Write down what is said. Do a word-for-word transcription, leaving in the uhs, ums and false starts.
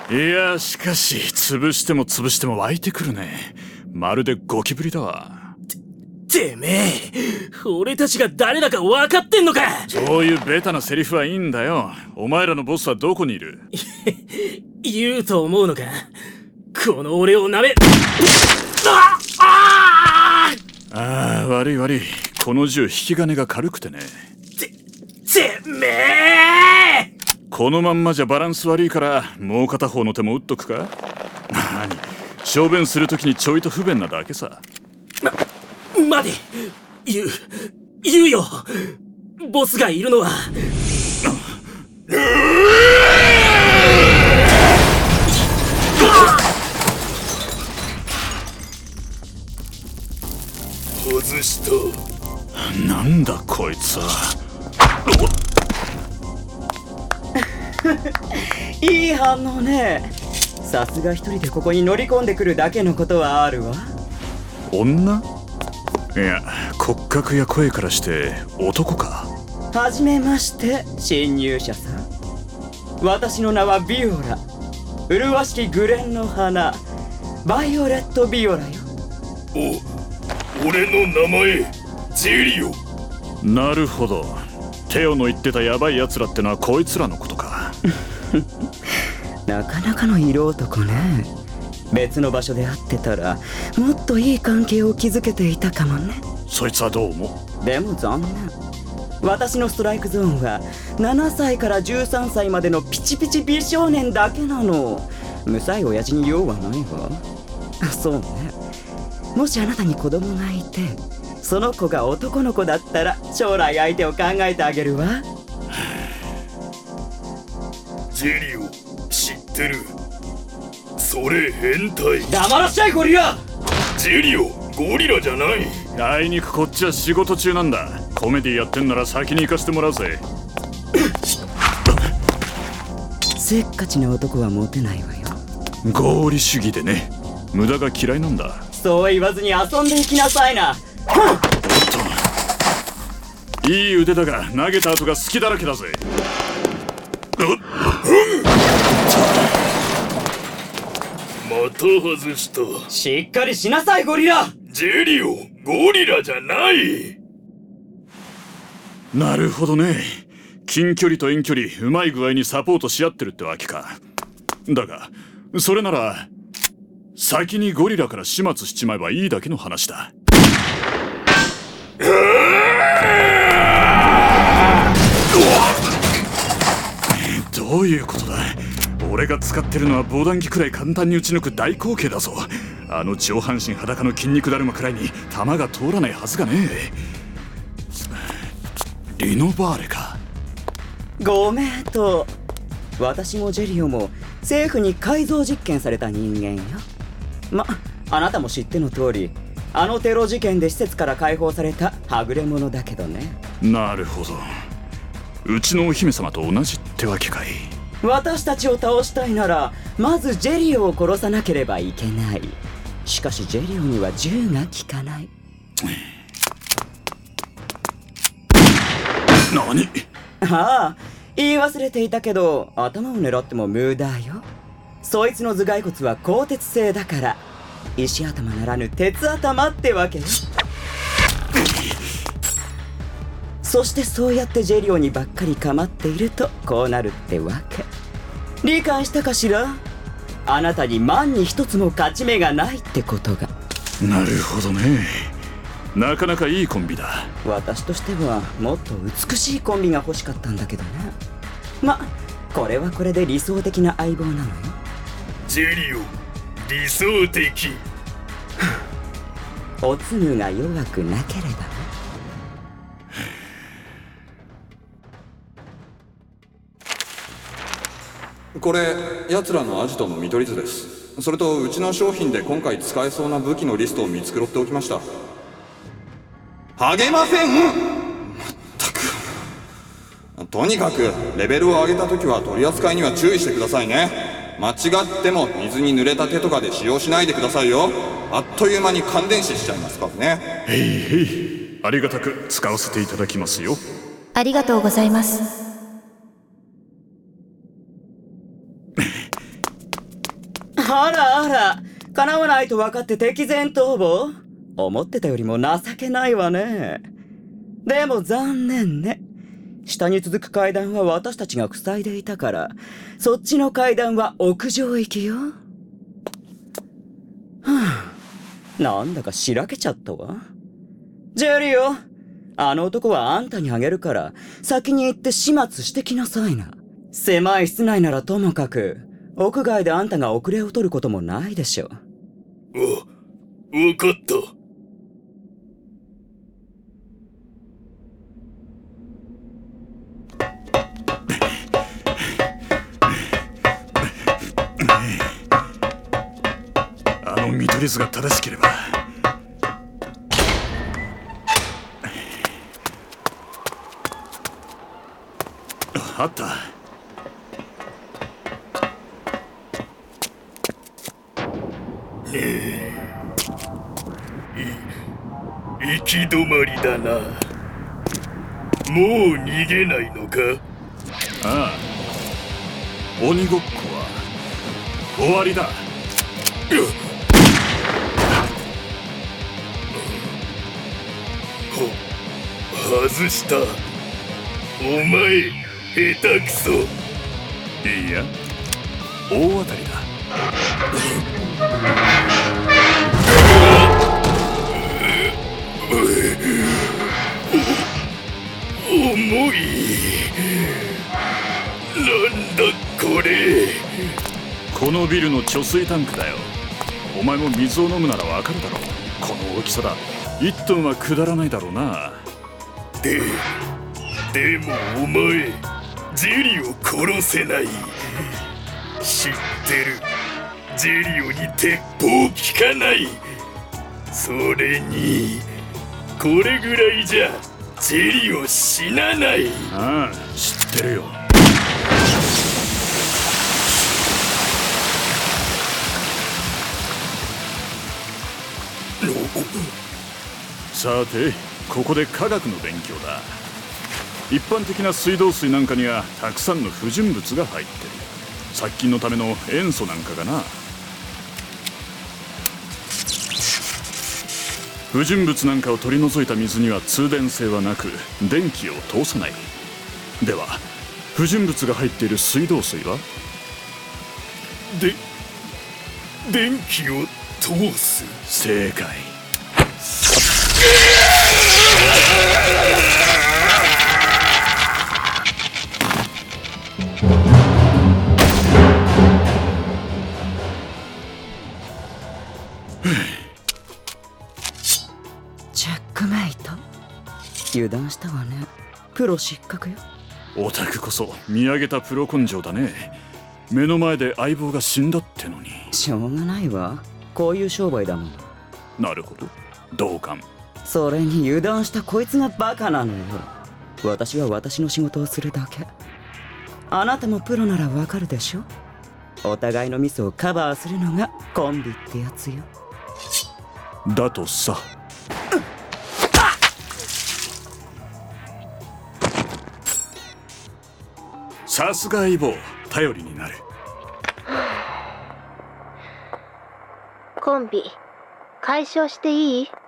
いや、しかし潰しても潰しても湧いてくるね。まるでゴキブリだわ。 て、てめえ、俺たちが誰だか分かってんのか。 そういうベタなセリフはいいんだよ。お前らのボスはどこにいる？ 言うと思うのか。この俺をなめああああ、悪い悪い。この銃引き金が軽くてね。 て、てめえ、 このまんまじゃバランス悪いからもう片方の手も打っとくか。何、小便するときにちょいと不便なだけさ。 ま、待て、言う、言うよ。ボスがいるのは外した。 なんだこいつは。 いい反応ね。さすが一人でここに乗り込んでくるだけのことはあるわ。 女？いや、骨格や声からして男か。 はじめまして、侵入者さん。私の名はビオラ。麗しきグレンの花、バイオレット・ビオラよ。 お、俺の名前ジェリオ。 なるほど。テオの言ってたヤバい奴らってのはこいつらのことか。 なかなかの色男ね。別の場所で会ってたらもっといい関係を築けていたかもね。 そいつはどう思う？でも残念。私のストライクゾーンはななさいからじゅうさんさいまでのピチピチ美少年だけなの。むさい親父に用はないわ。そうね。もしあなたに子供がいて、その子が男の子だったら将来相手を考えてあげるわ。 ジェリオ知ってる？それ変態。 黙らっしゃいゴリラ。 ジェリオゴリラじゃない。 あいにくこっちは仕事中なんだ。コメディやってんなら先に行かせてもらうぜ。 せっかちな男はモテないわよ。 合理主義でね。無駄が嫌いなんだ。 そう言わずに遊んでいきなさいな。 おっと、いい腕だが投げた後が隙だらけだぜ。 また外した。 しっかりしなさいゴリラ。 ジェリオゴリラじゃない。 なるほどね。近距離と遠距離うまい具合にサポートし合ってるってわけか。だがそれなら先にゴリラから始末しちまえばいいだけの話だ。どういうことだ。俺が使ってるのは防弾機くらい簡単に撃ち抜く大口径だぞ。あの上半身裸の筋肉だるまくらいに弾が通らないはずがねえ。リノバーレか。 ご名答。私もジェリオも政府に改造実験された人間よ。ま、あなたも知っての通り、あのテロ事件で施設から解放されたはぐれ者だけどね。 なるほど。うちのお姫様と同じってわけかい。 私たちを倒したいならまずジェリオを殺さなければいけない。しかしジェリオには銃が効かない。 何？ ああ、言い忘れていたけど頭を狙っても無駄よ。そいつの頭蓋骨は鋼鉄製だから石頭ならぬ鉄頭ってわけよ。そしてそうやってジェリオにばっかり構っているとこうなるってわけ。理解したかしら？あなたに万に一つも勝ち目がないってことが。 なるほどね。なかなかいいコンビだ。 私としてはもっと美しいコンビが欲しかったんだけどね。ま、これはこれで理想的な相棒なのよ。 ジェリオ理想的。 おつむが弱くなければね。 これ奴らのアジトの見取り図です。それとうちの商品で今回使えそうな武器のリストを見繕っておきました。励ません。まったく。とにかくレベルを上げた時は取り扱いには注意してくださいね。間違っても水に濡れた手とかで使用しないでくださいよ。あっという間に感電死しちゃいますからね。 へいへい、ありがたく使わせていただきますよ。 ありがとうございます。 あらあら、叶わないと分かって敵前逃亡？思ってたよりも情けないわね。でも残念ね。下に続く階段は私たちが塞いでいたから、そっちの階段は屋上行きよ。はぁ、なんだかしらけちゃったわ。ジェリオ、あの男はあんたにあげるから、先に行って始末してきなさいな。狭い室内ならともかく、屋外であんたが遅れを取ることもないでしょ。 あ、わかった。 あの見取り図が正しければ。あった。 行き止まりだな。もう逃げないのか？ ああ、鬼ごっこは終わりだ。 は外した。お前下手くそ。 いや、大当たりだ。 重い。なんだこれ。 このビルの貯水タンクだよ。お前も水を飲むならわかるだろう。この大きさだ。いちトンは下らないだろうな。 で、でもお前ジェリを殺せない。知ってる。ジェリオに鉄砲効かない。それにこれぐらいじゃジェリオ死なない。 ああ、知ってるよ。さて、ここで科学の勉強だ。一般的な水道水なんかにはたくさんの不純物が入ってる。殺菌のための塩素なんかがな。不純物なんかを取り除いた水には通電性はなく、電気を通さない。では不純物が入っている水道水は？ で、電気を通す。 正解。 チェックメイト。油断したわね。プロ失格よ。 オタクこそ見上げたプロ根性だね。目の前で相棒が死んだってのに。 しょうがないわ。こういう商売だもん。 なるほど、同感。 それに油断したこいつがバカなのよ。私は私の仕事をするだけ。あなたもプロならわかるでしょ。お互いのミスをカバーするのがコンビってやつよ。 だとさ。さすが相棒、頼りになる。 コンビ解消していい？